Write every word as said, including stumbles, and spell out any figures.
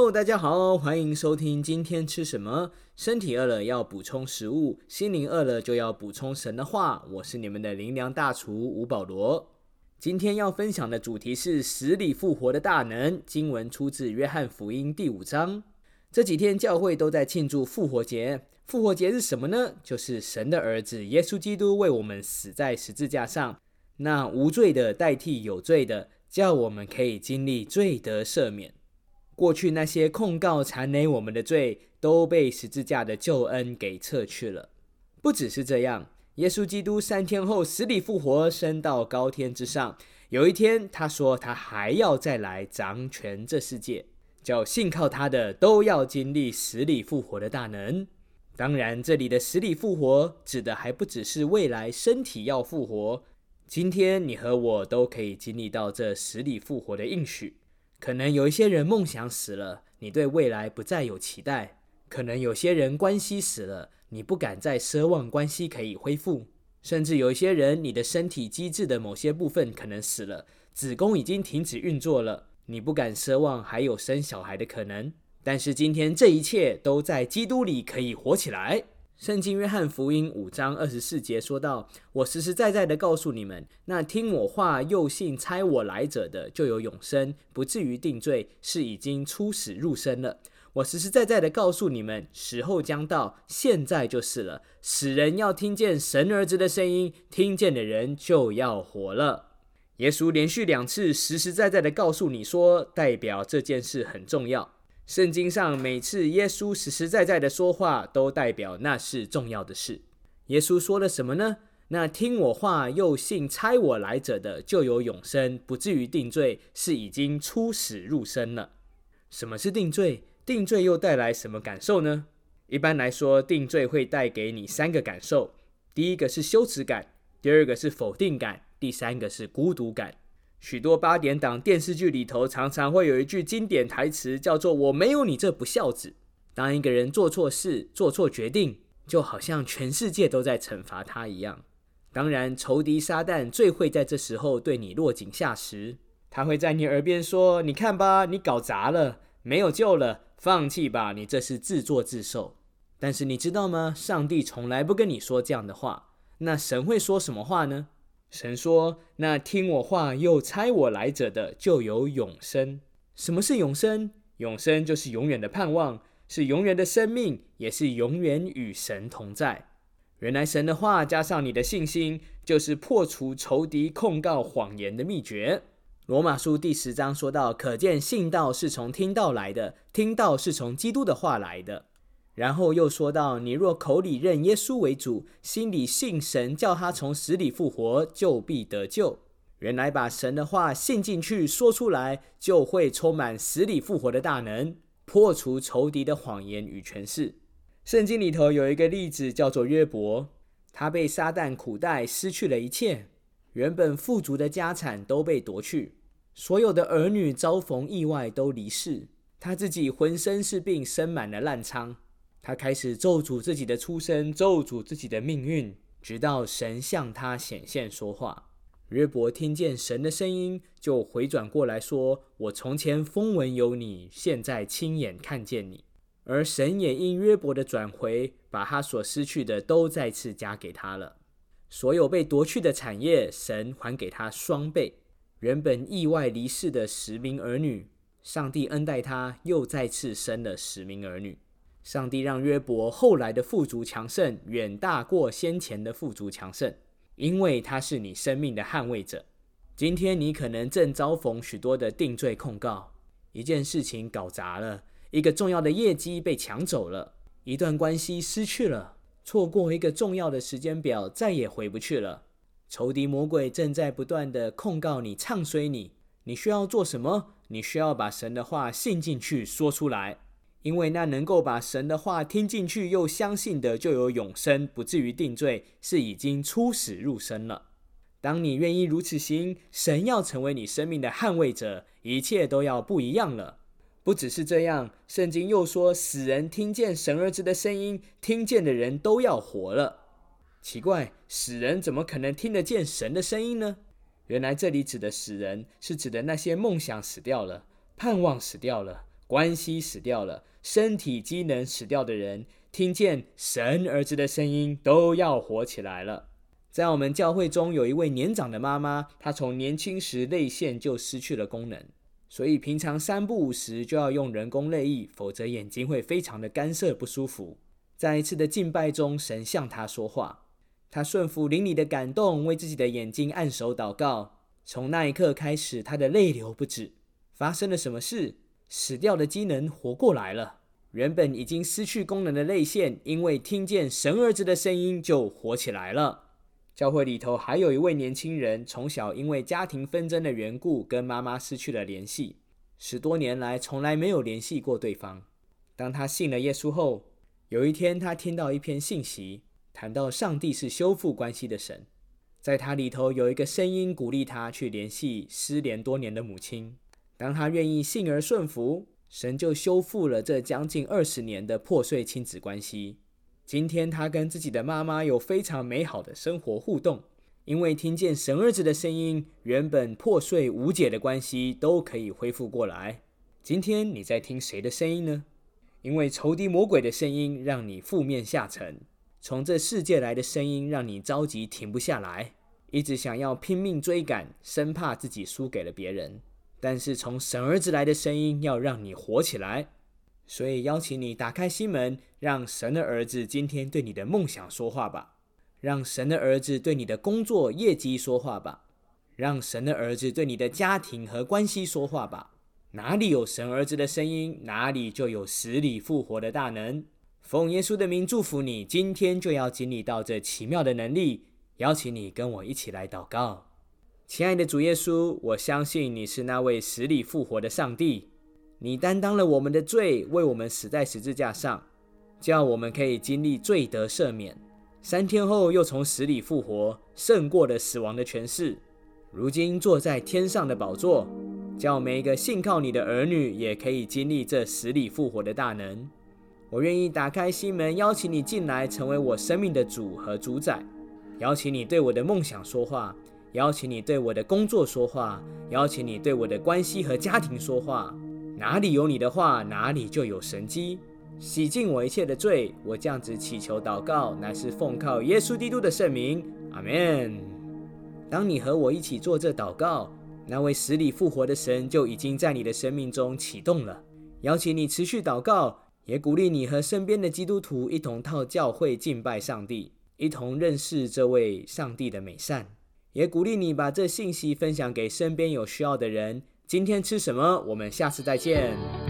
Hello， 大家好，欢迎收听今天吃什么。身体饿了要补充食物，心灵饿了就要补充神的话。我是你们的灵粮大厨吴保罗。今天要分享的主题是死里复活的大能。经文出自约翰福音第五章。这几天教会都在庆祝复活节。复活节是什么呢？就是神的儿子耶稣基督为我们死在十字架上，那无罪的代替有罪的，叫我们可以经历罪得赦免。过去那些控告缠累我们的罪都被十字架的救恩给撤去了。不只是这样，耶稣基督三天后死里复活，升到高天之上。有一天他说他还要再来掌权这世界，叫信靠他的都要经历死里复活的大能。当然这里的死里复活指的还不只是未来身体要复活，今天你和我都可以经历到这死里复活的应许。可能有一些人梦想死了，你对未来不再有期待；可能有些人关系死了，你不敢再奢望关系可以恢复；甚至有一些人，你的身体机制的某些部分可能死了，子宫已经停止运作了，你不敢奢望还有生小孩的可能。但是今天这一切都在基督里可以活起来。圣经约翰福音五章二十四节说到，我实实在在的告诉你们，那听我话又信差我来者的就有永生，不至于定罪，是已经出死入生了。我实实在在的告诉你们，时候将到，现在就是了，死人要听见神儿子的声音，听见的人就要活了。耶稣连续两次实实在在的告诉你说，代表这件事很重要。圣经上每次耶稣实实在在的说话，都代表那是重要的事。耶稣说了什么呢？那听我话又信差我来者的就有永生，不至于定罪，是已经出死入生了。什么是定罪？定罪又带来什么感受呢？一般来说，定罪会带给你三个感受。第一个是羞耻感，第二个是否定感，第三个是孤独感。许多八点档电视剧里头常常会有一句经典台词，叫做我没有你这不孝子。当一个人做错事做错决定，就好像全世界都在惩罚他一样。当然仇敌撒旦最会在这时候对你落井下石，他会在你耳边说，你看吧，你搞砸了，没有救了，放弃吧，你这是自作自受。但是你知道吗？上帝从来不跟你说这样的话。那神会说什么话呢？神说，那听我话又差我来者的就有永生。什么是永生？永生就是永远的盼望，是永远的生命，也是永远与神同在。原来神的话加上你的信心，就是破除仇敌控告谎言的秘诀。罗马书第十章说到，可见信道是从听道来的，听道是从基督的话来的。然后又说到，你若口里认耶稣为主，心里信神叫他从死里复活，就必得救。原来把神的话信进去说出来，就会充满死里复活的大能，破除仇敌的谎言与权势。圣经里头有一个例子叫做约伯，他被撒旦苦待，失去了一切，原本富足的家产都被夺去，所有的儿女遭逢意外都离世，他自己浑身是病，生满了烂疮。他开始咒诅自己的出生，咒诅自己的命运，直到神向他显现说话。约伯听见神的声音，就回转过来说，我从前风闻有你，现在亲眼看见你。而神也因约伯的转回，把他所失去的都再次加给他了。所有被夺去的产业，神还给他双倍。原本意外离世的十名儿女，上帝恩待他，又再次生了十名儿女。上帝让约伯后来的富足强盛远大过先前的富足强盛，因为他是你生命的捍卫者。今天你可能正遭逢许多的定罪控告，一件事情搞砸了，一个重要的业绩被抢走了，一段关系失去了，错过一个重要的时间表，再也回不去了。仇敌魔鬼正在不断的控告你，唱衰你。你需要做什么？你需要把神的话信进去，说出来。因为那能够把神的话听进去又相信的，就有永生，不至于定罪，是已经出死入生了。当你愿意如此行，神要成为你生命的捍卫者，一切都要不一样了。不只是这样，圣经又说，死人听见神儿子的声音，听见的人都要活了。奇怪，死人怎么可能听得见神的声音呢？原来这里指的死人，是指的那些梦想死掉了，盼望死掉了， 关系死掉了，身体机能死掉的人，听见神儿子的声音都要活起来了。在我们教会中有一位年长的妈妈，她从年轻时泪腺就失去了功能，所以平常三不五时就要用人工泪液，否则眼睛会非常的干涩不舒服。在一次的敬拜中，神向她说话，她顺服灵里的感动，为自己的眼睛按手祷告。从那一刻开始，她的泪流不止。发生了什么事？死掉的机能活过来了，原本已经失去功能的泪腺，因为听见神儿子的声音就活起来了。教会里头还有一位年轻人，从小因为家庭纷争的缘故，跟妈妈失去了联系，十多年来从来没有联系过对方。当他信了耶稣后，有一天他听到一篇信息，谈到上帝是修复关系的神，在他里头有一个声音鼓励他去联系失联多年的母亲。当他愿意信而顺服，神就修复了这将近二十年的破碎亲子关系。今天他跟自己的妈妈有非常美好的生活互动，因为听见神儿子的声音，原本破碎无解的关系都可以恢复过来。今天你在听谁的声音呢？因为仇敌魔鬼的声音让你负面下沉，从这世界来的声音让你着急停不下来，一直想要拼命追赶，生怕自己输给了别人。但是从神儿子来的声音要让你活起来，所以邀请你打开心门，让神的儿子今天对你的梦想说话吧，让神的儿子对你的工作业绩说话吧，让神的儿子对你的家庭和关系说话吧。哪里有神儿子的声音，哪里就有死里复活的大能。奉耶稣的名祝福你，今天就要经历到这奇妙的能力。邀请你跟我一起来祷告。亲爱的主耶稣，我相信你是那位死里复活的上帝，你担当了我们的罪，为我们死在十字架上，叫我们可以经历罪得赦免，三天后又从死里复活，胜过了死亡的权势，如今坐在天上的宝座，叫每一个信靠你的儿女也可以经历这死里复活的大能。我愿意打开心门，邀请你进来，成为我生命的主和主宰，邀请你对我的梦想说话，邀请你对我的工作说话，邀请你对我的关系和家庭说话。哪里有你的话，哪里就有神迹。洗净我一切的罪，我这样子祈求祷告，乃是奉靠耶稣基督的圣名，阿们。当你和我一起做这祷告，那位死里复活的神就已经在你的生命中启动了。邀请你持续祷告，也鼓励你和身边的基督徒一同到教会敬拜上帝，一同认识这位上帝的美善。也鼓励你把这信息分享给身边有需要的人。今天吃什么？我们下次再见。